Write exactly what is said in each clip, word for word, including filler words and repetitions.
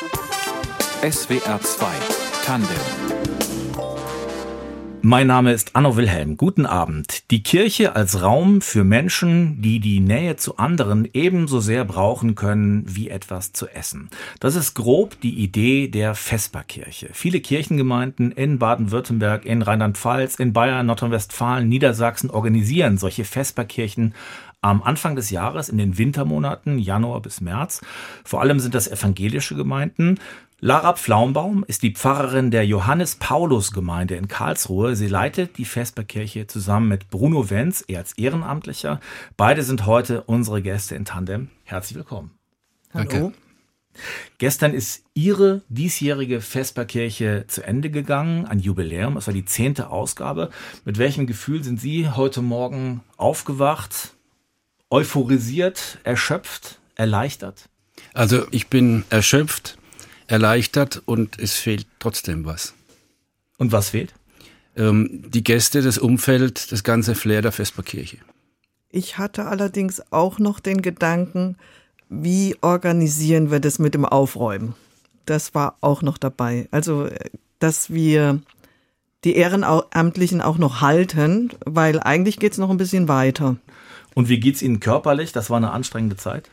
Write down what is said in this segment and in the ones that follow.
S W R zwei Tandem. Mein Name ist Anno Wilhelm. Guten Abend. Die Kirche als Raum für Menschen, die die Nähe zu anderen ebenso sehr brauchen können wie etwas zu essen. Das ist grob die Idee der Vesperkirche. Viele Kirchengemeinden in Baden-Württemberg, in Rheinland-Pfalz, in Bayern, Nordrhein-Westfalen, Niedersachsen organisieren solche Vesperkirchen am Anfang des Jahres, in den Wintermonaten, Januar bis März. Vor allem sind das evangelische Gemeinden. Lara Pflaumbaum ist die Pfarrerin der Johannes-Paulus-Gemeinde in Karlsruhe. Sie leitet die Vesperkirche zusammen mit Bruno Wenz, er als Ehrenamtlicher. Beide sind heute unsere Gäste in Tandem. Herzlich willkommen. Hallo. Danke. Gestern ist Ihre diesjährige Vesperkirche zu Ende gegangen, ein Jubiläum. Es war die zehnte Ausgabe. Mit welchem Gefühl sind Sie heute Morgen aufgewacht, euphorisiert, erschöpft, erleichtert? Also ich bin erschöpft, erleichtert und es fehlt trotzdem was. Und was fehlt? Ähm, die Gäste, das Umfeld, das ganze Flair der Vesperkirche. Ich hatte allerdings auch noch den Gedanken, wie organisieren wir das mit dem Aufräumen? Das war auch noch dabei. Also, dass wir die Ehrenamtlichen auch noch halten, weil eigentlich geht es noch ein bisschen weiter. Und wie geht's Ihnen körperlich? Das war eine anstrengende Zeit.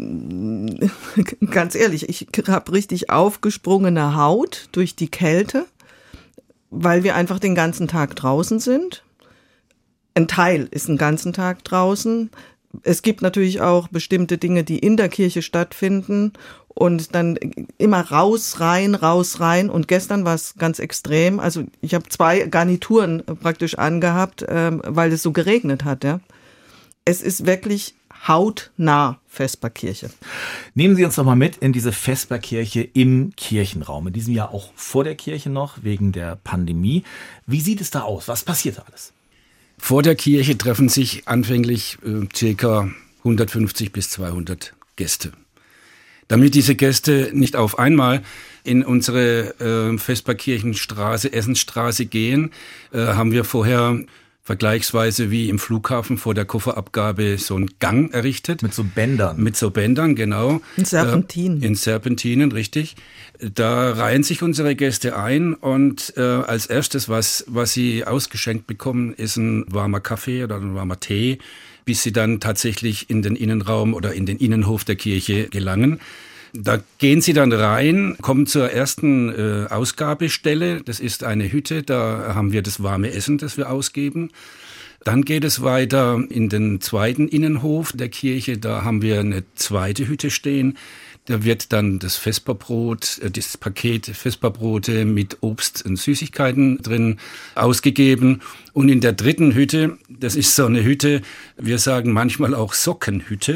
Ganz ehrlich, ich habe richtig aufgesprungene Haut durch die Kälte, weil wir einfach den ganzen Tag draußen sind. Ein Teil ist den ganzen Tag draußen. Es gibt natürlich auch bestimmte Dinge, die in der Kirche stattfinden und dann immer raus, rein, raus, rein. Und gestern war es ganz extrem. Also ich habe zwei Garnituren praktisch angehabt, weil es so geregnet hat. Ja. Es ist wirklich hautnah Vesperkirche. Nehmen Sie uns doch mal mit in diese Vesperkirche im Kirchenraum. In diesem Jahr auch vor der Kirche noch, wegen der Pandemie. Wie sieht es da aus? Was passiert da alles? Vor der Kirche treffen sich anfänglich äh, circa hundertfünfzig bis zweihundert Gäste. Damit diese Gäste nicht auf einmal in unsere äh, Vesperkirchenstraße, Essensstraße gehen, äh, haben wir vorher vergleichsweise wie im Flughafen vor der Kofferabgabe so einen Gang errichtet. Mit so Bändern. Mit so Bändern, genau. In Serpentinen. Äh, in Serpentinen, richtig. Da reihen sich unsere Gäste ein und äh, als erstes, was, was sie ausgeschenkt bekommen, ist ein warmer Kaffee oder ein warmer Tee, bis sie dann tatsächlich in den Innenraum oder in den Innenhof der Kirche gelangen. Da gehen sie dann rein, kommen zur ersten äh, Ausgabestelle. Das ist eine Hütte, da haben wir das warme Essen, das wir ausgeben. Dann geht es weiter in den zweiten Innenhof der Kirche. Da haben wir eine zweite Hütte stehen. Da wird dann das Vesperbrot, das Paket Vesperbrote mit Obst und Süßigkeiten drin ausgegeben. Und in der dritten Hütte, das ist so eine Hütte, wir sagen manchmal auch Sockenhütte.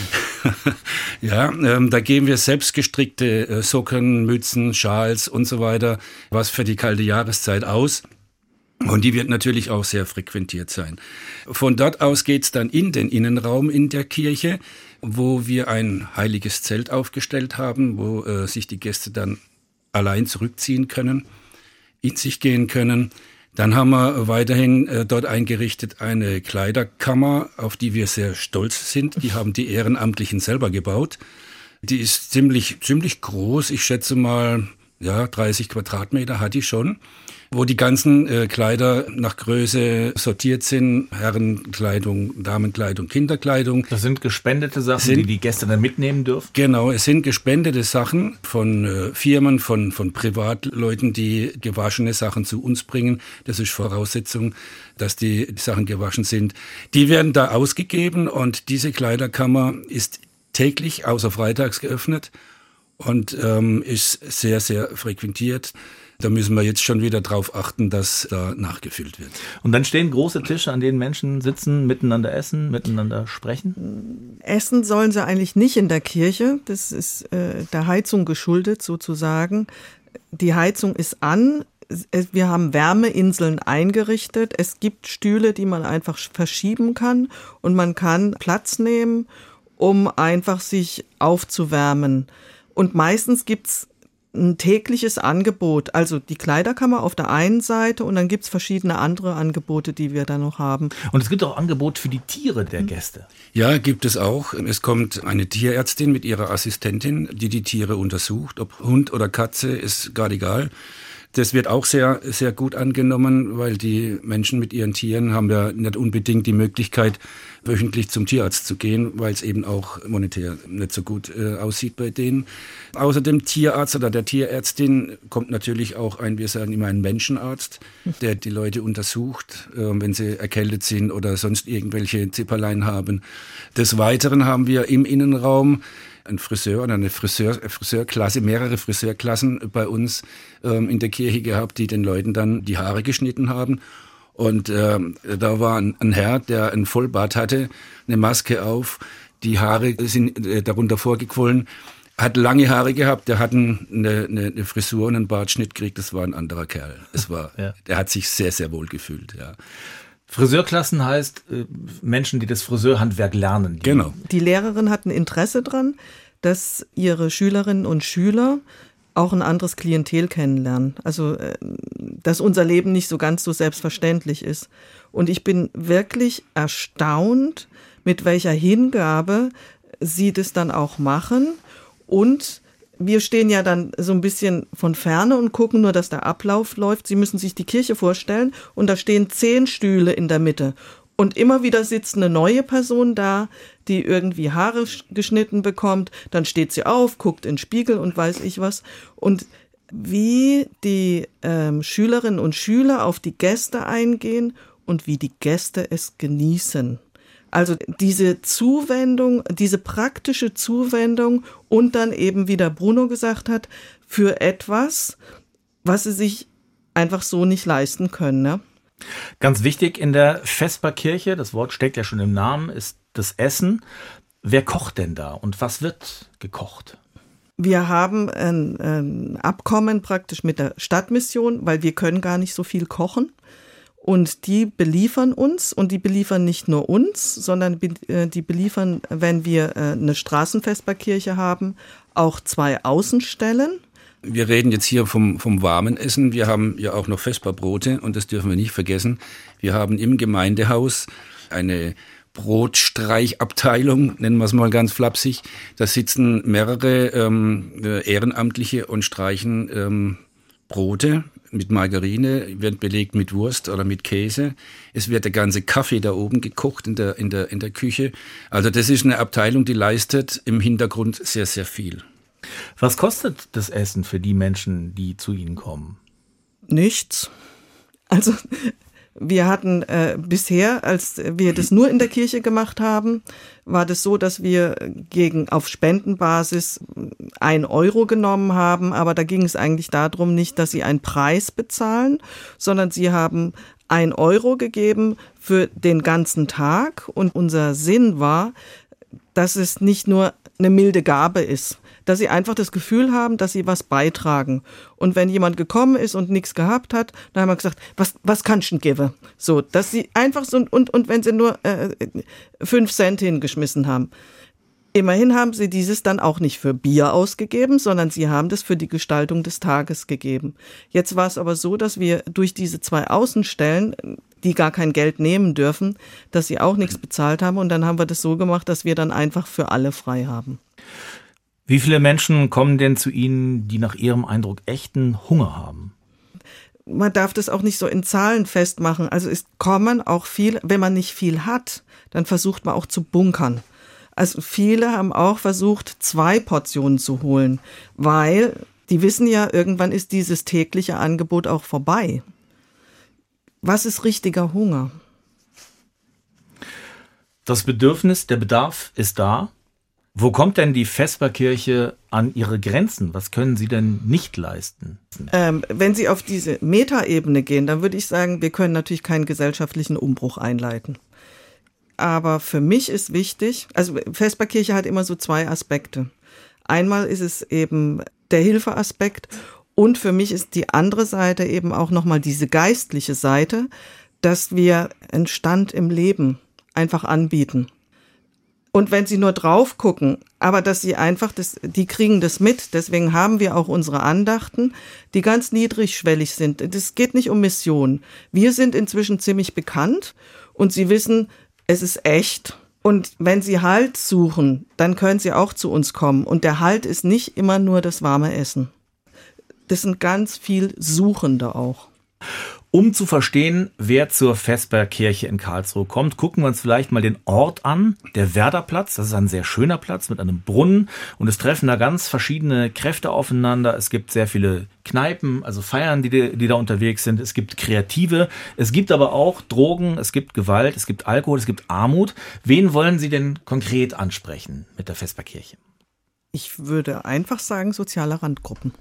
Ja, ähm, da geben wir selbstgestrickte äh, Socken, Mützen, Schals und so weiter, was für die kalte Jahreszeit aus. Und die wird natürlich auch sehr frequentiert sein. Von dort aus geht's dann in den Innenraum in der Kirche, wo wir ein heiliges Zelt aufgestellt haben, wo äh, sich die Gäste dann allein zurückziehen können, in sich gehen können. Dann haben wir weiterhin äh, dort eingerichtet eine Kleiderkammer, auf die wir sehr stolz sind. Die haben die Ehrenamtlichen selber gebaut. Die ist ziemlich, ziemlich groß. Ich schätze mal, ja, dreißig Quadratmeter hat die schon, wo die ganzen äh, Kleider nach Größe sortiert sind. Herrenkleidung, Damenkleidung, Kinderkleidung. Das sind gespendete Sachen, sind, die die Gäste dann mitnehmen dürfen? Genau, es sind gespendete Sachen von äh, Firmen, von, von Privatleuten, die gewaschene Sachen zu uns bringen. Das ist Voraussetzung, dass die Sachen gewaschen sind. Die werden da ausgegeben und diese Kleiderkammer ist täglich außer freitags geöffnet und ähm, ist sehr, sehr frequentiert. Da müssen wir jetzt schon wieder drauf achten, dass da nachgefüllt wird. Und dann stehen große Tische, an denen Menschen sitzen, miteinander essen, miteinander sprechen? Essen sollen sie eigentlich nicht in der Kirche. Das ist äh, der Heizung geschuldet sozusagen. Die Heizung ist an. Wir haben Wärmeinseln eingerichtet. Es gibt Stühle, die man einfach verschieben kann. Und man kann Platz nehmen, um einfach sich aufzuwärmen. Und meistens gibt's ein tägliches Angebot. Also die Kleiderkammer auf der einen Seite und dann gibt's verschiedene andere Angebote, die wir da noch haben. Und es gibt auch Angebot für die Tiere der Gäste. Ja, gibt es auch. Es kommt eine Tierärztin mit ihrer Assistentin, die die Tiere untersucht. Ob Hund oder Katze, ist gar egal. Das wird auch sehr, sehr gut angenommen, weil die Menschen mit ihren Tieren haben ja nicht unbedingt die Möglichkeit, wöchentlich zum Tierarzt zu gehen, weil es eben auch monetär nicht so gut äh, aussieht bei denen. Außer dem Tierarzt oder der Tierärztin kommt natürlich auch ein, wir sagen immer ein Menschenarzt, der die Leute untersucht, äh, wenn sie erkältet sind oder sonst irgendwelche Zipperlein haben. Des Weiteren haben wir im Innenraum ein Friseur oder eine Friseur, Friseurklasse, mehrere Friseurklassen bei uns ähm, in der Kirche gehabt, die den Leuten dann die Haare geschnitten haben. Und ähm, da war ein, ein Herr, der einen Vollbart hatte, eine Maske auf, die Haare sind äh, darunter vorgequollen, hat lange Haare gehabt, der hat eine, eine, eine Frisur und einen Bartschnitt gekriegt, das war ein anderer Kerl. Es war, ja. Der hat sich sehr, sehr wohl gefühlt, ja. Friseurklassen heißt äh, Menschen, die das Friseurhandwerk lernen. Die genau. Die Lehrerin hat ein Interesse dran, dass ihre Schülerinnen und Schüler auch ein anderes Klientel kennenlernen. Also, äh, dass unser Leben nicht so ganz so selbstverständlich ist. Und ich bin wirklich erstaunt, mit welcher Hingabe sie das dann auch machen. Und wir stehen ja dann so ein bisschen von Ferne und gucken nur, dass der Ablauf läuft. Sie müssen sich die Kirche vorstellen und da stehen zehn Stühle in der Mitte. Und immer wieder sitzt eine neue Person da, die irgendwie Haare geschnitten bekommt. Dann steht sie auf, guckt in den Spiegel und weiß ich was. Und wie die ähm, Schülerinnen und Schüler auf die Gäste eingehen und wie die Gäste es genießen. Also diese Zuwendung, diese praktische Zuwendung und dann eben, wie der Bruno gesagt hat, für etwas, was sie sich einfach so nicht leisten können. Ne? Ganz wichtig in der Vesperkirche, das Wort steckt ja schon im Namen, ist das Essen. Wer kocht denn da und was wird gekocht? Wir haben ein, ein Abkommen praktisch mit der Stadtmission, weil wir können gar nicht so viel kochen. Und die beliefern uns und die beliefern nicht nur uns, sondern die beliefern, wenn wir eine Straßenvesperkirche haben, auch zwei Außenstellen. Wir reden jetzt hier vom, vom warmen Essen. Wir haben ja auch noch Vesperbrote und das dürfen wir nicht vergessen. Wir haben im Gemeindehaus eine Brotstreichabteilung, nennen wir es mal ganz flapsig. Da sitzen mehrere ähm, Ehrenamtliche und streichen ähm, Brote mit Margarine, wird belegt mit Wurst oder mit Käse. Es wird der ganze Kaffee da oben gekocht in der, in der, in der Küche. Also das ist eine Abteilung, die leistet im Hintergrund sehr, sehr viel. Was kostet das Essen für die Menschen, die zu Ihnen kommen? Nichts. Also wir hatten äh, bisher, als wir das nur in der Kirche gemacht haben, war das so, dass wir gegen auf Spendenbasis ein Euro genommen haben, aber da ging es eigentlich darum nicht, dass sie einen Preis bezahlen, sondern sie haben ein Euro gegeben für den ganzen Tag und unser Sinn war, dass es nicht nur eine milde Gabe ist, dass sie einfach das Gefühl haben, dass sie was beitragen. Und wenn jemand gekommen ist und nichts gehabt hat, dann haben wir gesagt, was, was kannst du denn geben? So, dass sie einfach so, und, und wenn sie nur äh, fünf Cent hingeschmissen haben. Immerhin haben sie dieses dann auch nicht für Bier ausgegeben, sondern sie haben das für die Gestaltung des Tages gegeben. Jetzt war es aber so, dass wir durch diese zwei Außenstellen, die gar kein Geld nehmen dürfen, dass sie auch nichts bezahlt haben. Und dann haben wir das so gemacht, dass wir dann einfach für alle frei haben. Wie viele Menschen kommen denn zu Ihnen, die nach Ihrem Eindruck echten Hunger haben? Man darf das auch nicht so in Zahlen festmachen. Also es kommen auch viele, wenn man nicht viel hat, dann versucht man auch zu bunkern. Also viele haben auch versucht, zwei Portionen zu holen, weil die wissen ja, irgendwann ist dieses tägliche Angebot auch vorbei. Was ist richtiger Hunger? Das Bedürfnis, der Bedarf ist da. Wo kommt denn die Vesperkirche an ihre Grenzen? Was können Sie denn nicht leisten? Ähm, wenn Sie auf diese Metaebene gehen, dann würde ich sagen, wir können natürlich keinen gesellschaftlichen Umbruch einleiten. Aber für mich ist wichtig, also Vesperkirche hat immer so zwei Aspekte. Einmal ist es eben der Hilfeaspekt und für mich ist die andere Seite eben auch nochmal diese geistliche Seite, dass wir einen Stand im Leben einfach anbieten. Und wenn sie nur drauf gucken, aber dass sie einfach, das, die kriegen das mit, deswegen haben wir auch unsere Andachten, die ganz niedrigschwellig sind. Das geht nicht um Mission. Wir sind inzwischen ziemlich bekannt und sie wissen, es ist echt. Und wenn sie Halt suchen, dann können sie auch zu uns kommen. Und der Halt ist nicht immer nur das warme Essen. Das sind ganz viel Suchende auch. Um zu verstehen, wer zur Vesperkirche in Karlsruhe kommt, gucken wir uns vielleicht mal den Ort an, der Werderplatz. Das ist ein sehr schöner Platz mit einem Brunnen und es treffen da ganz verschiedene Kräfte aufeinander. Es gibt sehr viele Kneipen, also Feiern, die, die da unterwegs sind. Es gibt Kreative, es gibt aber auch Drogen, es gibt Gewalt, es gibt Alkohol, es gibt Armut. Wen wollen Sie denn konkret ansprechen mit der Vesperkirche? Ich würde einfach sagen, soziale Randgruppen.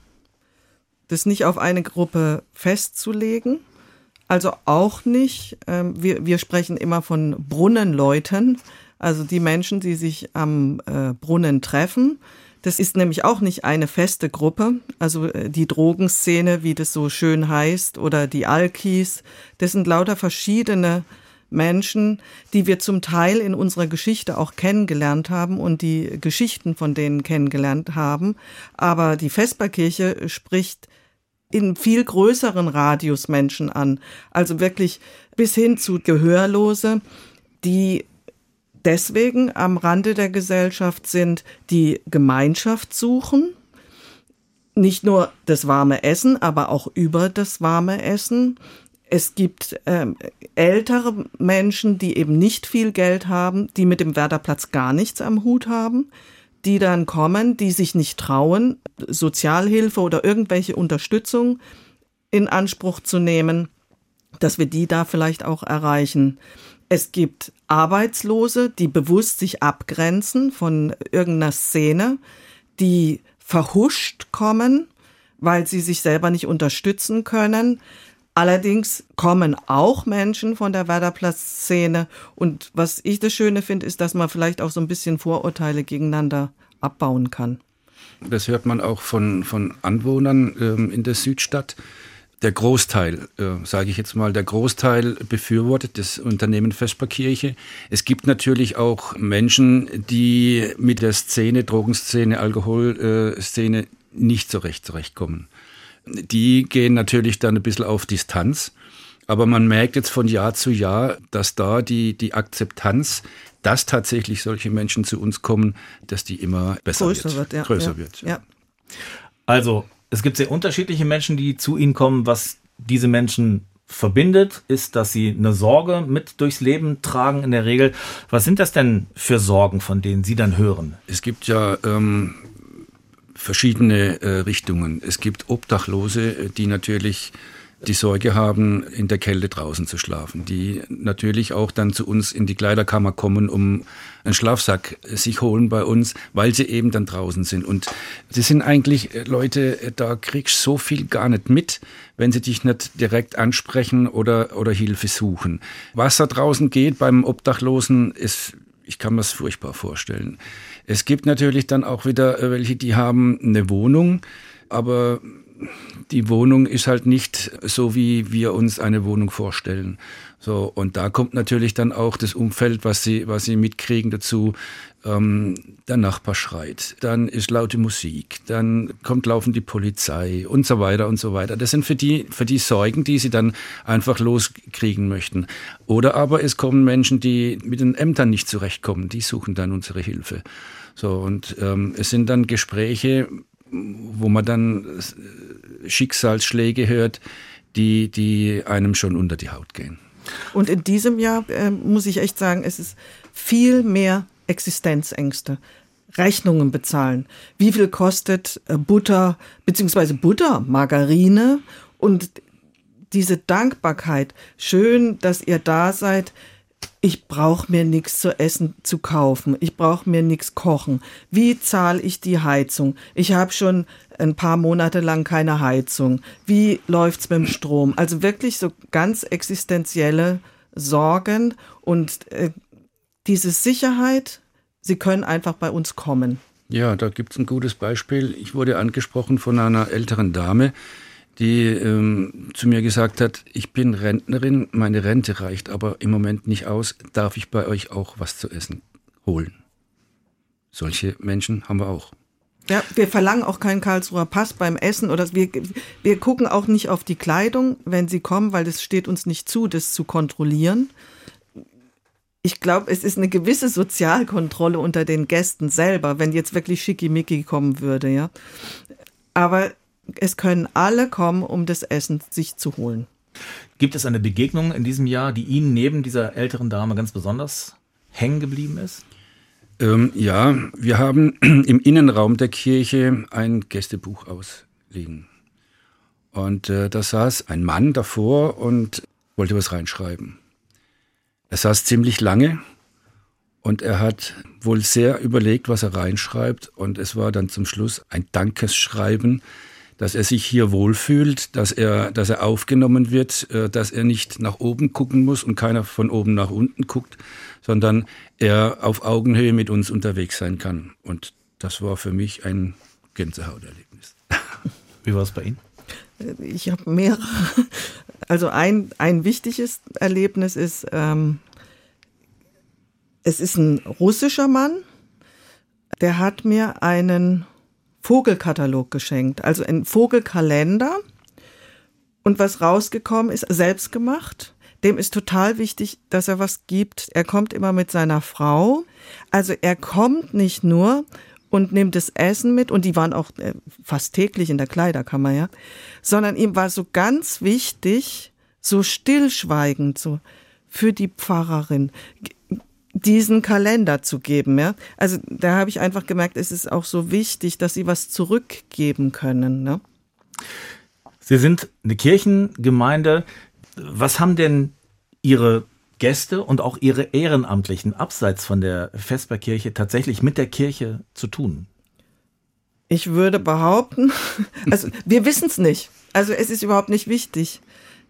Das nicht auf eine Gruppe festzulegen. Also auch nicht, ähm, wir, wir sprechen immer von Brunnenleuten, also die Menschen, die sich am äh, Brunnen treffen. Das ist nämlich auch nicht eine feste Gruppe, also äh, die Drogenszene, wie das so schön heißt, oder die Alkis. Das sind lauter verschiedene Menschen, die wir zum Teil in unserer Geschichte auch kennengelernt haben und die Geschichten von denen kennengelernt haben. Aber die Vesperkirche spricht in viel größeren Radius Menschen an. Also wirklich bis hin zu Gehörlose, die deswegen am Rande der Gesellschaft sind, die Gemeinschaft suchen. Nicht nur das warme Essen, aber auch über das warme Essen. Es gibt ähm, ältere Menschen, die eben nicht viel Geld haben, die mit dem Werderplatz gar nichts am Hut haben, die dann kommen, die sich nicht trauen, Sozialhilfe oder irgendwelche Unterstützung in Anspruch zu nehmen, dass wir die da vielleicht auch erreichen. Es gibt Arbeitslose, die bewusst sich abgrenzen von irgendeiner Szene, die verhuscht kommen, weil sie sich selber nicht unterstützen können. Allerdings kommen auch Menschen von der Werderplatz-Szene und was ich das Schöne finde, ist, dass man vielleicht auch so ein bisschen Vorurteile gegeneinander abbauen kann. Das hört man auch von, von Anwohnern ähm, in der Südstadt. Der Großteil, äh, sage ich jetzt mal, der Großteil befürwortet das Unternehmen Vesperkirche. Es gibt natürlich auch Menschen, die mit der Szene, Drogenszene, Alkoholszene nicht so recht zurechtkommen. Die gehen natürlich dann ein bisschen auf Distanz. Aber man merkt jetzt von Jahr zu Jahr, dass da die, die Akzeptanz, dass tatsächlich solche Menschen zu uns kommen, dass die immer besser größer wird. wird, ja, größer ja, wird. Ja. Also, es gibt sehr unterschiedliche Menschen, die zu Ihnen kommen. Was diese Menschen verbindet, ist, dass sie eine Sorge mit durchs Leben tragen in der Regel. Was sind das denn für Sorgen, von denen Sie dann hören? Es gibt ja ähm, verschiedene äh, Richtungen. Es gibt Obdachlose, die natürlich die Sorge haben, in der Kälte draußen zu schlafen, die natürlich auch dann zu uns in die Kleiderkammer kommen, um einen Schlafsack sich holen bei uns, weil sie eben dann draußen sind. Und das sind eigentlich Leute, da kriegst du so viel gar nicht mit, wenn sie dich nicht direkt ansprechen oder, oder Hilfe suchen. Was da draußen geht beim Obdachlosen, ist, ich kann mir das furchtbar vorstellen. Es gibt natürlich dann auch wieder welche, die haben eine Wohnung, aber die Wohnung ist halt nicht so, wie wir uns eine Wohnung vorstellen. So, und da kommt natürlich dann auch das Umfeld, was sie, was sie mitkriegen dazu. Ähm, der Nachbar schreit, dann ist laute Musik, dann kommt laufend die Polizei und so weiter und so weiter. Das sind für die, für die Sorgen, die sie dann einfach loskriegen möchten. Oder aber es kommen Menschen, die mit den Ämtern nicht zurechtkommen, die suchen dann unsere Hilfe. So, und ähm, es sind dann Gespräche, wo man dann Schicksalsschläge hört, die, die einem schon unter die Haut gehen. Und in diesem Jahr äh, muss ich echt sagen, es ist viel mehr Existenzängste. Rechnungen bezahlen. Wie viel kostet äh, Butter, beziehungsweise Butter, Margarine und diese Dankbarkeit. Schön, dass ihr da seid. Ich brauche mir nichts zu essen zu kaufen. Ich brauche mir nichts kochen. Wie zahle ich die Heizung? Ich habe schon ein paar Monate lang keine Heizung. Wie läuft's mit dem Strom? Also wirklich so ganz existenzielle Sorgen und äh, diese Sicherheit, sie können einfach bei uns kommen. Ja, da gibt's ein gutes Beispiel. Ich wurde angesprochen von einer älteren Dame, die ähm, zu mir gesagt hat, ich bin Rentnerin, meine Rente reicht aber im Moment nicht aus, darf ich bei euch auch was zu essen holen? solche Menschen haben wir auch. Ja, wir verlangen auch keinen Karlsruher Pass beim Essen oder wir, wir gucken auch nicht auf die Kleidung, wenn sie kommen, weil es steht uns nicht zu, das zu kontrollieren. Ich glaube, es ist eine gewisse Sozialkontrolle unter den Gästen selber, wenn jetzt wirklich Schickimicki kommen würde, ja. Aber es können alle kommen, um das Essen sich zu holen. Gibt es eine Begegnung in diesem Jahr, die Ihnen neben dieser älteren Dame ganz besonders hängen geblieben ist? Ähm, ja, wir haben im Innenraum der Kirche ein Gästebuch ausliegen. Und äh, da saß ein Mann davor und wollte was reinschreiben. Er saß ziemlich lange und er hat wohl sehr überlegt, was er reinschreibt. Und es war dann zum Schluss ein Dankesschreiben, dass er sich hier wohlfühlt, dass er, dass er aufgenommen wird, dass er nicht nach oben gucken muss und keiner von oben nach unten guckt, sondern er auf Augenhöhe mit uns unterwegs sein kann. Und das war für mich ein Gänsehauterlebnis. Wie war es bei Ihnen? Ich habe mehrere. Also ein, ein wichtiges Erlebnis ist, ähm, es ist ein russischer Mann, der hat mir einen Vogelkatalog geschenkt, also ein Vogelkalender. Und was rausgekommen ist, selbst gemacht. Dem ist total wichtig, dass er was gibt. Er kommt immer mit seiner Frau. Also er kommt nicht nur und nimmt das Essen mit, und die waren auch äh, fast täglich in der Kleiderkammer, ja, sondern ihm war so ganz wichtig, so stillschweigend, so für die Pfarrerin diesen Kalender zu geben, ja. Also da habe ich einfach gemerkt, es ist auch so wichtig, dass sie was zurückgeben können, ne? Sie sind eine Kirchengemeinde. Was haben denn Ihre Gäste und auch Ihre Ehrenamtlichen abseits von der Vesperkirche tatsächlich mit der Kirche zu tun? Ich würde behaupten, also wir wissen es nicht. Also es ist überhaupt nicht wichtig.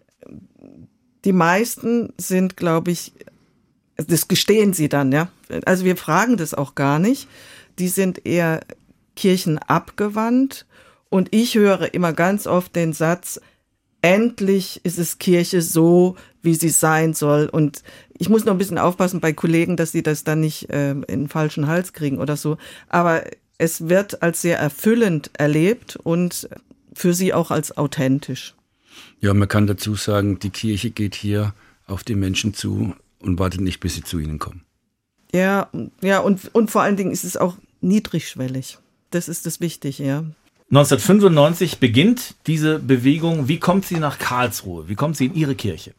Die meisten sind, glaube ich, das gestehen sie dann, ja. Also wir fragen das auch gar nicht. Die sind eher kirchenabgewandt. Und ich höre immer ganz oft den Satz, endlich ist es Kirche so, wie sie sein soll. Und ich muss noch ein bisschen aufpassen bei Kollegen, dass sie das dann nicht äh, in den falschen Hals kriegen oder so. Aber es wird als sehr erfüllend erlebt und für sie auch als authentisch. Ja, man kann dazu sagen, die Kirche geht hier auf die Menschen zu und wartet nicht, bis sie zu ihnen kommen. Ja, ja, und, und vor allen Dingen ist es auch niedrigschwellig. Das ist das Wichtige, ja. neunzehnhundertfünfundneunzig beginnt diese Bewegung. Wie kommt sie nach Karlsruhe? Wie kommt sie in Ihre Kirche?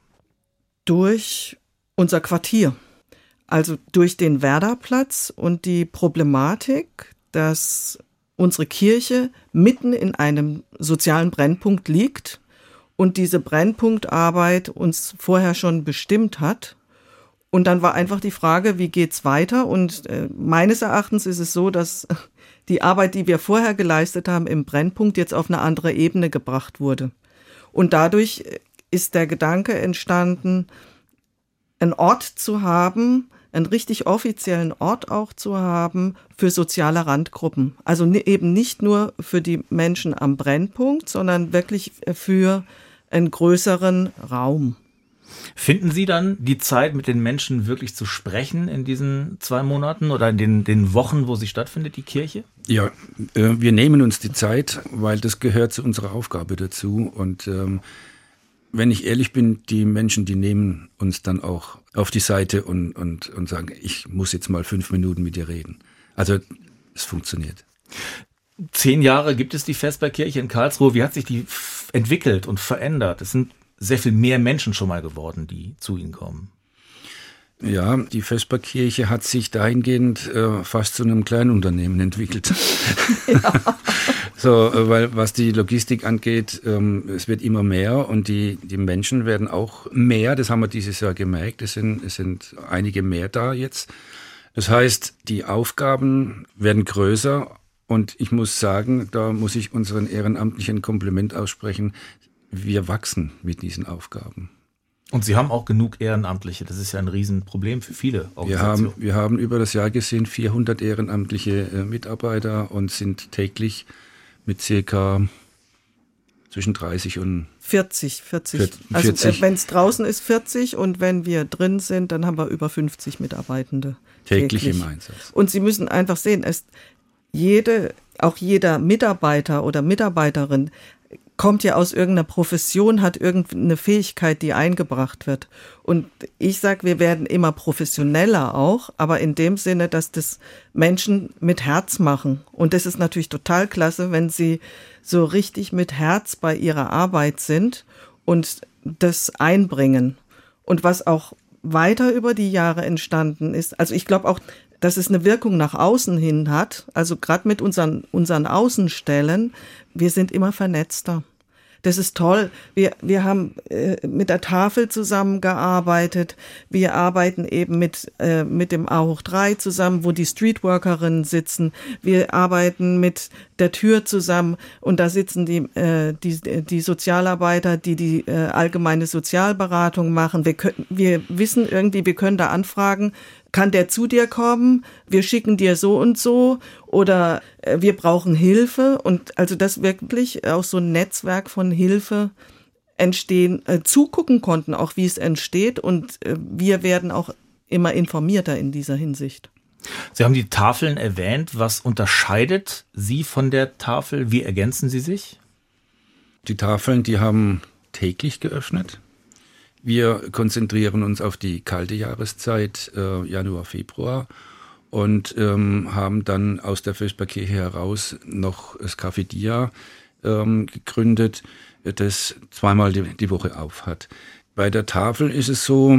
Durch unser Quartier. Also durch den Werderplatz und die Problematik, dass unsere Kirche mitten in einem sozialen Brennpunkt liegt und diese Brennpunktarbeit uns vorher schon bestimmt hat. Und dann war einfach die Frage, wie geht's weiter? Und äh, meines Erachtens ist es so, dass die Arbeit, die wir vorher geleistet haben im Brennpunkt, jetzt auf eine andere Ebene gebracht wurde. Und dadurch ist der Gedanke entstanden, einen Ort zu haben, einen richtig offiziellen Ort auch zu haben für soziale Randgruppen. Also eben nicht nur für die Menschen am Brennpunkt, sondern wirklich für einen größeren Raum. Finden Sie dann die Zeit, mit den Menschen wirklich zu sprechen in diesen zwei Monaten oder in den, den Wochen, wo sie stattfindet, die Kirche? Ja, äh, wir nehmen uns die Zeit, weil das gehört zu unserer Aufgabe dazu. Und ähm, wenn ich ehrlich bin, die Menschen, die nehmen uns dann auch auf die Seite und, und, und sagen, ich muss jetzt mal fünf Minuten mit dir reden. Also es funktioniert. Zehn Jahre gibt es die Vesperkirche in Karlsruhe. Wie hat sich die f- entwickelt und verändert? Es sind sehr viel mehr Menschen schon mal geworden, die zu Ihnen kommen. Ja, die Vesperkirche hat sich dahingehend äh, fast zu einem Kleinunternehmen entwickelt. Ja. So, äh, weil was die Logistik angeht, ähm, es wird immer mehr und die, die Menschen werden auch mehr. Das haben wir dieses Jahr gemerkt. Es sind, es sind einige mehr da jetzt. Das heißt, die Aufgaben werden größer und ich muss sagen, da muss ich unseren Ehrenamtlichen ein Kompliment aussprechen. Wir wachsen mit diesen Aufgaben. Und Sie haben auch genug Ehrenamtliche. Das ist ja ein Riesenproblem für viele Organisationen. Wir haben, wir haben über das Jahr gesehen vierhundert ehrenamtliche äh, Mitarbeiter und sind täglich mit circa zwischen dreißig und vierzig. vierzig. vierzig. Also äh, wenn es draußen ist, vierzig und wenn wir drin sind, dann haben wir über fünfzig Mitarbeitende. Täglich, täglich im Einsatz. Und Sie müssen einfach sehen, es jede, auch jeder Mitarbeiter oder Mitarbeiterin kommt ja aus irgendeiner Profession, hat irgendeine Fähigkeit, die eingebracht wird. Und ich sage, wir werden immer professioneller auch, aber in dem Sinne, dass das Menschen mit Herz machen. Und das ist natürlich total klasse, wenn sie so richtig mit Herz bei ihrer Arbeit sind und das einbringen. Und was auch weiter über die Jahre entstanden ist, also ich glaube auch, dass es eine Wirkung nach außen hin hat, also gerade mit unseren, unseren Außenstellen, wir sind immer vernetzter. Das ist toll. Wir, wir haben äh, mit der Tafel zusammengearbeitet. Wir arbeiten eben mit, äh, mit dem A hoch drei zusammen, wo die Streetworkerinnen sitzen. Wir arbeiten mit der Tür zusammen und da sitzen die, äh, die, die Sozialarbeiter, die die äh, allgemeine Sozialberatung machen. Wir, können, wir wissen irgendwie, wir können da anfragen, kann der zu dir kommen? Wir schicken dir so und so oder äh, wir brauchen Hilfe. Und also dass wirklich auch so ein Netzwerk von Hilfe entstehen, äh, zugucken konnten, auch wie es entsteht. Und äh, wir werden auch immer informierter in dieser Hinsicht. Sie haben die Tafeln erwähnt. Was unterscheidet Sie von der Tafel? Wie ergänzen sie sich? Die Tafeln, die haben täglich geöffnet. Wir konzentrieren uns auf die kalte Jahreszeit, äh, Januar, Februar, und ähm, haben dann aus der Vesperkirche heraus noch das Café Dia ähm, gegründet, das zweimal die, die Woche auf hat. Bei der Tafel ist es so,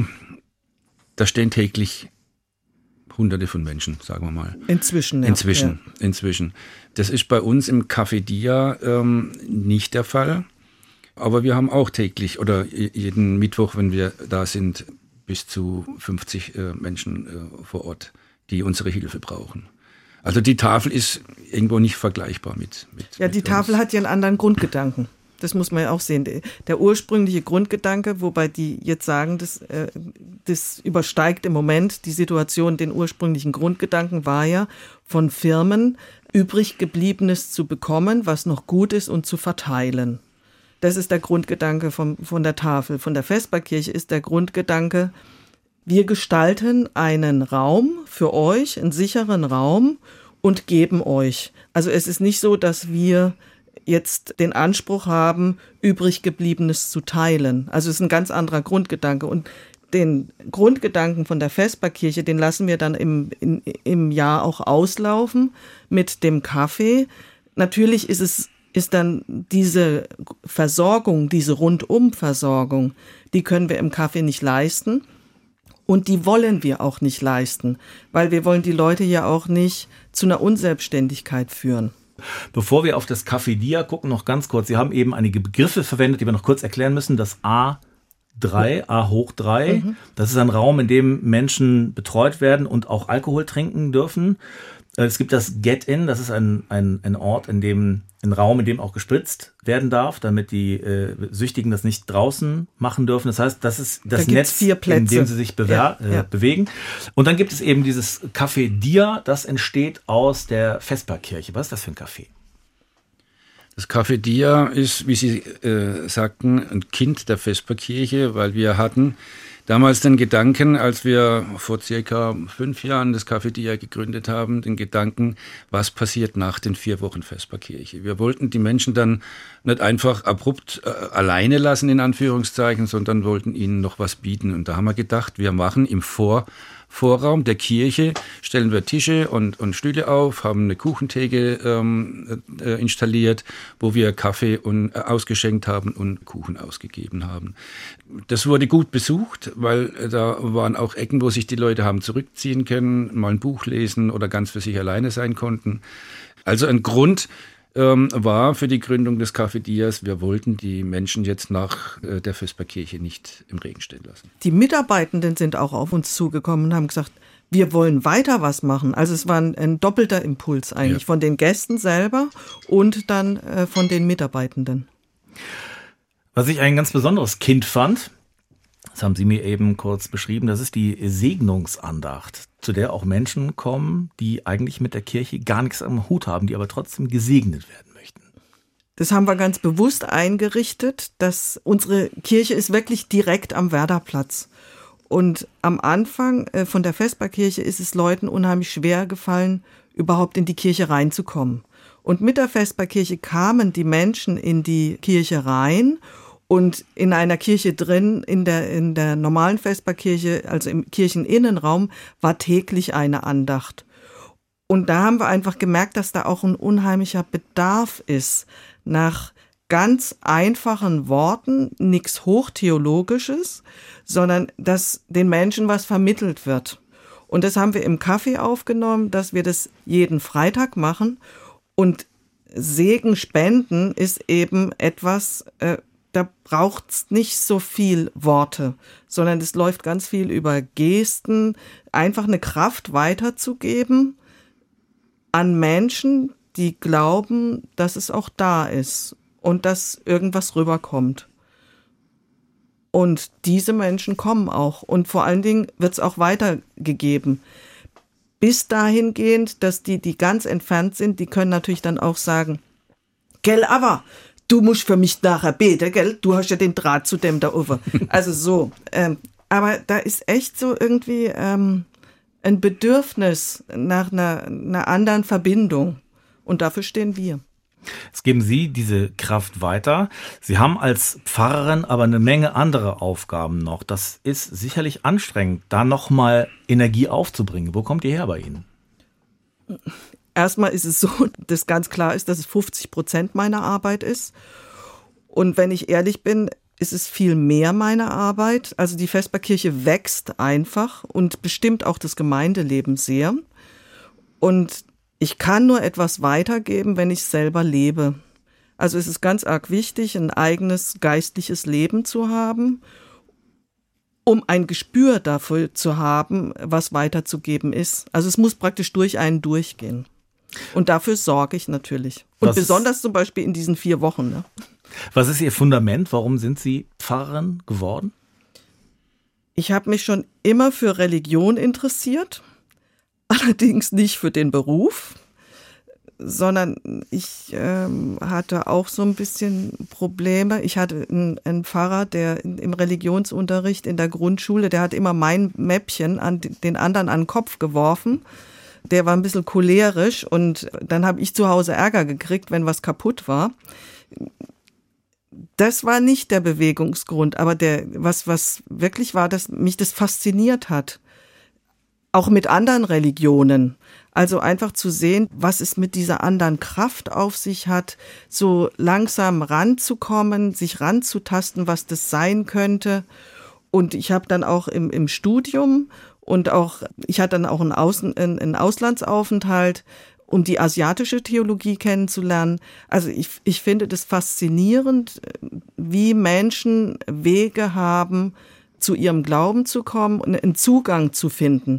da stehen täglich Hunderte von Menschen, sagen wir mal. Inzwischen, ja. Inzwischen, ja. inzwischen. Das ist bei uns im Café Dia ähm, nicht der Fall. Aber wir haben auch täglich oder jeden Mittwoch, wenn wir da sind, bis zu fünfzig äh, Menschen äh, vor Ort, die unsere Hilfe brauchen. Also die Tafel ist irgendwo nicht vergleichbar mit, mit Ja, die mit Tafel uns. hat ja einen anderen Grundgedanken. Das muss man ja auch sehen. Der ursprüngliche Grundgedanke, wobei die jetzt sagen, das, äh, das übersteigt im Moment die Situation, den ursprünglichen Grundgedanken war ja, von Firmen übrig gebliebenes zu bekommen, was noch gut ist und zu verteilen. Das ist der Grundgedanke vom, von der Tafel. Von der Vesperkirche ist der Grundgedanke, wir gestalten einen Raum für euch, einen sicheren Raum und geben euch. Also es ist nicht so, dass wir jetzt den Anspruch haben, übrig gebliebenes zu teilen. Also es ist ein ganz anderer Grundgedanke. Und den Grundgedanken von der Vesperkirche, den lassen wir dann im, in, im Jahr auch auslaufen mit dem Kaffee. Natürlich ist es ist dann diese Versorgung, diese Rundumversorgung, die können wir im Kaffee nicht leisten und die wollen wir auch nicht leisten, weil wir wollen die Leute ja auch nicht zu einer Unselbstständigkeit führen. Bevor wir auf das Café Dia gucken, noch ganz kurz. Sie haben eben einige Begriffe verwendet, die wir noch kurz erklären müssen. Das A drei, A hoch drei, mhm. Das ist ein Raum, in dem Menschen betreut werden und auch Alkohol trinken dürfen. Es gibt das Get-In, das ist ein, ein, ein Ort, in dem, ein Raum, in dem auch gespritzt werden darf, damit die äh, Süchtigen das nicht draußen machen dürfen. Das heißt, das ist das da Netz, in dem sie sich bewer- ja, ja. Äh, bewegen. Und dann gibt es eben dieses Café Dia, das entsteht aus der Vesperkirche. Was ist das für ein Café? Das Café Dia ist, wie Sie äh, sagten, ein Kind der Vesperkirche, weil wir hatten damals den Gedanken, als wir vor circa fünf Jahren das Café Dia gegründet haben, den Gedanken, was passiert nach den vier Wochen Vesperkirche. Wir wollten die Menschen dann nicht einfach abrupt äh, alleine lassen, in Anführungszeichen, sondern wollten ihnen noch was bieten. Und da haben wir gedacht, wir machen im Vor Vorraum der Kirche, stellen wir Tische und, und Stühle auf, haben eine Kuchentheke ähm, äh, installiert, wo wir Kaffee und, äh, ausgeschenkt haben und Kuchen ausgegeben haben. Das wurde gut besucht, weil äh, da waren auch Ecken, wo sich die Leute haben zurückziehen können, mal ein Buch lesen oder ganz für sich alleine sein konnten. Also ein Grund ähm, war für die Gründung des Café Dias, wir wollten die Menschen jetzt nach äh, der Vesperkirche nicht im Regen stehen lassen. Die Mitarbeitenden sind auch auf uns zugekommen und haben gesagt, wir wollen weiter was machen. Also es war ein, ein doppelter Impuls eigentlich, ja. Von den Gästen selber und dann äh, von den Mitarbeitenden. Was ich ein ganz besonderes Kind fand, das haben Sie mir eben kurz beschrieben, das ist die Segnungsandacht, zu der auch Menschen kommen, die eigentlich mit der Kirche gar nichts am Hut haben, die aber trotzdem gesegnet werden möchten. Das haben wir ganz bewusst eingerichtet, dass unsere Kirche ist wirklich direkt am Werderplatz. Und am Anfang äh, von der Vesperkirche ist es Leuten unheimlich schwer gefallen, überhaupt in die Kirche reinzukommen. Und mit der Vesperkirche kamen die Menschen in die Kirche rein und in einer Kirche drin, in der, in der normalen Vesperkirche, also im Kircheninnenraum, war täglich eine Andacht. Und da haben wir einfach gemerkt, dass da auch ein unheimlicher Bedarf ist nach ganz einfachen Worten, nichts Hochtheologisches, sondern dass den Menschen was vermittelt wird. Und das haben wir im Café aufgenommen, dass wir das jeden Freitag machen. Und Segen spenden ist eben etwas, äh, da braucht's nicht so viel Worte, sondern es läuft ganz viel über Gesten, einfach eine Kraft weiterzugeben an Menschen, die glauben, dass es auch da ist und dass irgendwas rüberkommt. Und diese Menschen kommen auch. Und vor allen Dingen wird es auch weitergegeben. Bis dahingehend, dass die, die ganz entfernt sind, die können natürlich dann auch sagen, gell, aber du musst für mich nachher beten, gell? Du hast ja den Draht zu dem da oben. Also so. Ähm, aber da ist echt so irgendwie ähm, ein Bedürfnis nach einer, einer anderen Verbindung. Und dafür stehen wir. Jetzt geben Sie diese Kraft weiter. Sie haben als Pfarrerin aber eine Menge andere Aufgaben noch. Das ist sicherlich anstrengend, da nochmal Energie aufzubringen. Wo kommt die her bei Ihnen? Erstmal ist es so, dass ganz klar ist, dass es fünfzig Prozent meiner Arbeit ist. Und wenn ich ehrlich bin, ist es viel mehr meine Arbeit. Also die Vesperkirche wächst einfach und bestimmt auch das Gemeindeleben sehr. Und ich kann nur etwas weitergeben, wenn ich selber lebe. Also es ist ganz arg wichtig, ein eigenes geistliches Leben zu haben, um ein Gespür dafür zu haben, was weiterzugeben ist. Also es muss praktisch durch einen durchgehen. Und dafür sorge ich natürlich. Und was besonders zum Beispiel in diesen vier Wochen. Ne? Was ist Ihr Fundament? Warum sind Sie Pfarrerin geworden? Ich habe mich schon immer für Religion interessiert. Allerdings nicht für den Beruf, sondern ich ähm, hatte auch so ein bisschen Probleme. Ich hatte einen, einen Pfarrer, der in, im Religionsunterricht in der Grundschule, der hat immer mein Mäppchen an den anderen an den Kopf geworfen. Der war ein bisschen cholerisch und dann habe ich zu Hause Ärger gekriegt, wenn was kaputt war. Das war nicht der Bewegungsgrund, aber der, was, was wirklich war, dass mich das fasziniert hat. Auch mit anderen Religionen. Also einfach zu sehen, was es mit dieser anderen Kraft auf sich hat, so langsam ranzukommen, sich ranzutasten, was das sein könnte. Und ich habe dann auch im, im Studium und auch, ich hatte dann auch einen, Außen, einen Auslandsaufenthalt, um die asiatische Theologie kennenzulernen. Also ich, ich finde das faszinierend, wie Menschen Wege haben, zu ihrem Glauben zu kommen und einen Zugang zu finden.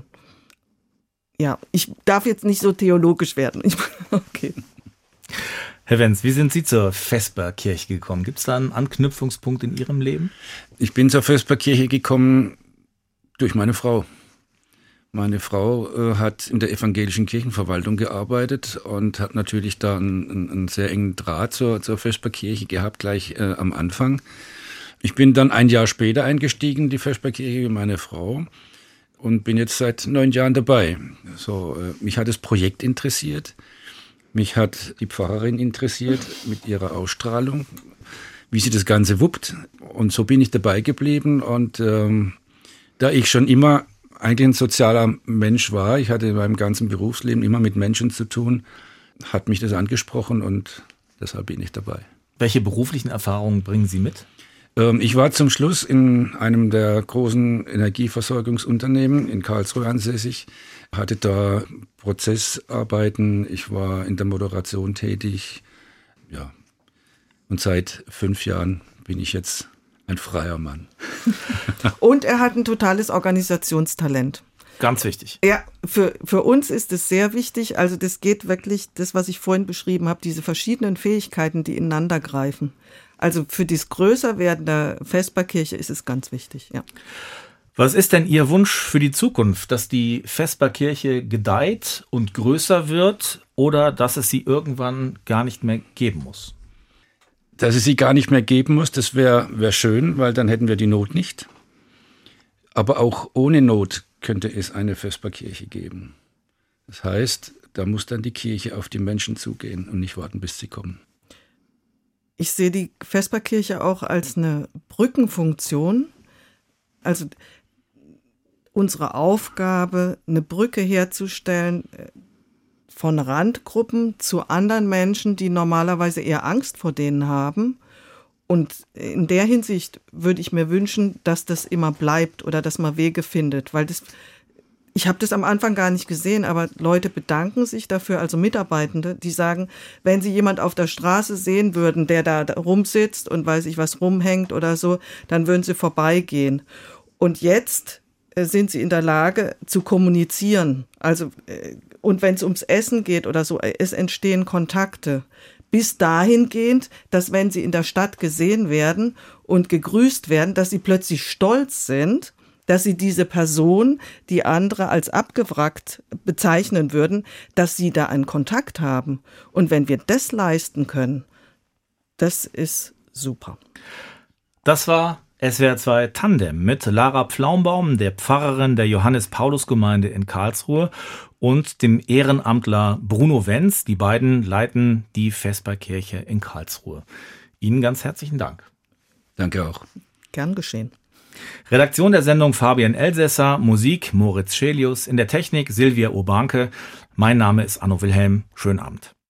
Ja, ich darf jetzt nicht so theologisch werden. Okay. Herr Wenz, wie sind Sie zur Vesperkirche gekommen? Gibt es da einen Anknüpfungspunkt in Ihrem Leben? Ich bin zur Vesperkirche gekommen durch meine Frau. Meine Frau äh, hat in der evangelischen Kirchenverwaltung gearbeitet und hat natürlich da einen, einen, einen sehr engen Draht zur, zur Vesperkirche gehabt, gleich äh, am Anfang. Ich bin dann ein Jahr später eingestiegen in die Vesperkirche wie meine Frau. Und bin jetzt seit neun Jahren dabei. So, äh, mich hat das Projekt interessiert. Mich hat die Pfarrerin interessiert mit ihrer Ausstrahlung, wie sie das Ganze wuppt. Und so bin ich dabei geblieben. Und ähm, da ich schon immer eigentlich ein sozialer Mensch war, ich hatte in meinem ganzen Berufsleben immer mit Menschen zu tun, hat mich das angesprochen und deshalb bin ich dabei. Welche beruflichen Erfahrungen bringen Sie mit? Ich war zum Schluss in einem der großen Energieversorgungsunternehmen in Karlsruhe ansässig, hatte da Prozessarbeiten, ich war in der Moderation tätig, ja. Und seit fünf Jahren bin ich jetzt ein freier Mann. Und er hat ein totales Organisationstalent. Ganz wichtig. Ja, für, für uns ist es sehr wichtig. Also das geht wirklich, das, was ich vorhin beschrieben habe, diese verschiedenen Fähigkeiten, die ineinander greifen. Also für das Größerwerden der Vesperkirche ist es ganz wichtig, ja. Was ist denn Ihr Wunsch für die Zukunft? Dass die Vesperkirche gedeiht und größer wird oder dass es sie irgendwann gar nicht mehr geben muss? Dass es sie gar nicht mehr geben muss, das wäre wär schön, weil dann hätten wir die Not nicht. Aber auch ohne Not könnte es eine Vesperkirche geben. Das heißt, da muss dann die Kirche auf die Menschen zugehen und nicht warten, bis sie kommen. Ich sehe die Vesperkirche auch als eine Brückenfunktion. Also unsere Aufgabe, eine Brücke herzustellen von Randgruppen zu anderen Menschen, die normalerweise eher Angst vor denen haben. Und in der Hinsicht würde ich mir wünschen, dass das immer bleibt oder dass man Wege findet, weil das, ich habe das am Anfang gar nicht gesehen, aber Leute bedanken sich dafür, also Mitarbeitende, die sagen, wenn sie jemand auf der Straße sehen würden, der da rumsitzt und weiß ich was rumhängt oder so, dann würden sie vorbeigehen. Und jetzt sind sie in der Lage zu kommunizieren. Also, und wenn es ums Essen geht oder so, es entstehen Kontakte. Bis dahingehend, dass wenn sie in der Stadt gesehen werden und gegrüßt werden, dass sie plötzlich stolz sind, dass sie diese Person, die andere als abgewrackt bezeichnen würden, dass sie da einen Kontakt haben. Und wenn wir das leisten können, das ist super. Das war S W R zwei Tandem mit Lara Pflaumbaum, der Pfarrerin der Johannes-Paulus-Gemeinde in Karlsruhe, und dem Ehrenamtler Bruno Wenz. Die beiden leiten die Vesperkirche in Karlsruhe. Ihnen ganz herzlichen Dank. Danke auch. Gern geschehen. Redaktion der Sendung Fabian Elsässer, Musik Moritz Schelius, in der Technik Silvia Urbanke. Mein Name ist Anno Wilhelm. Schönen Abend.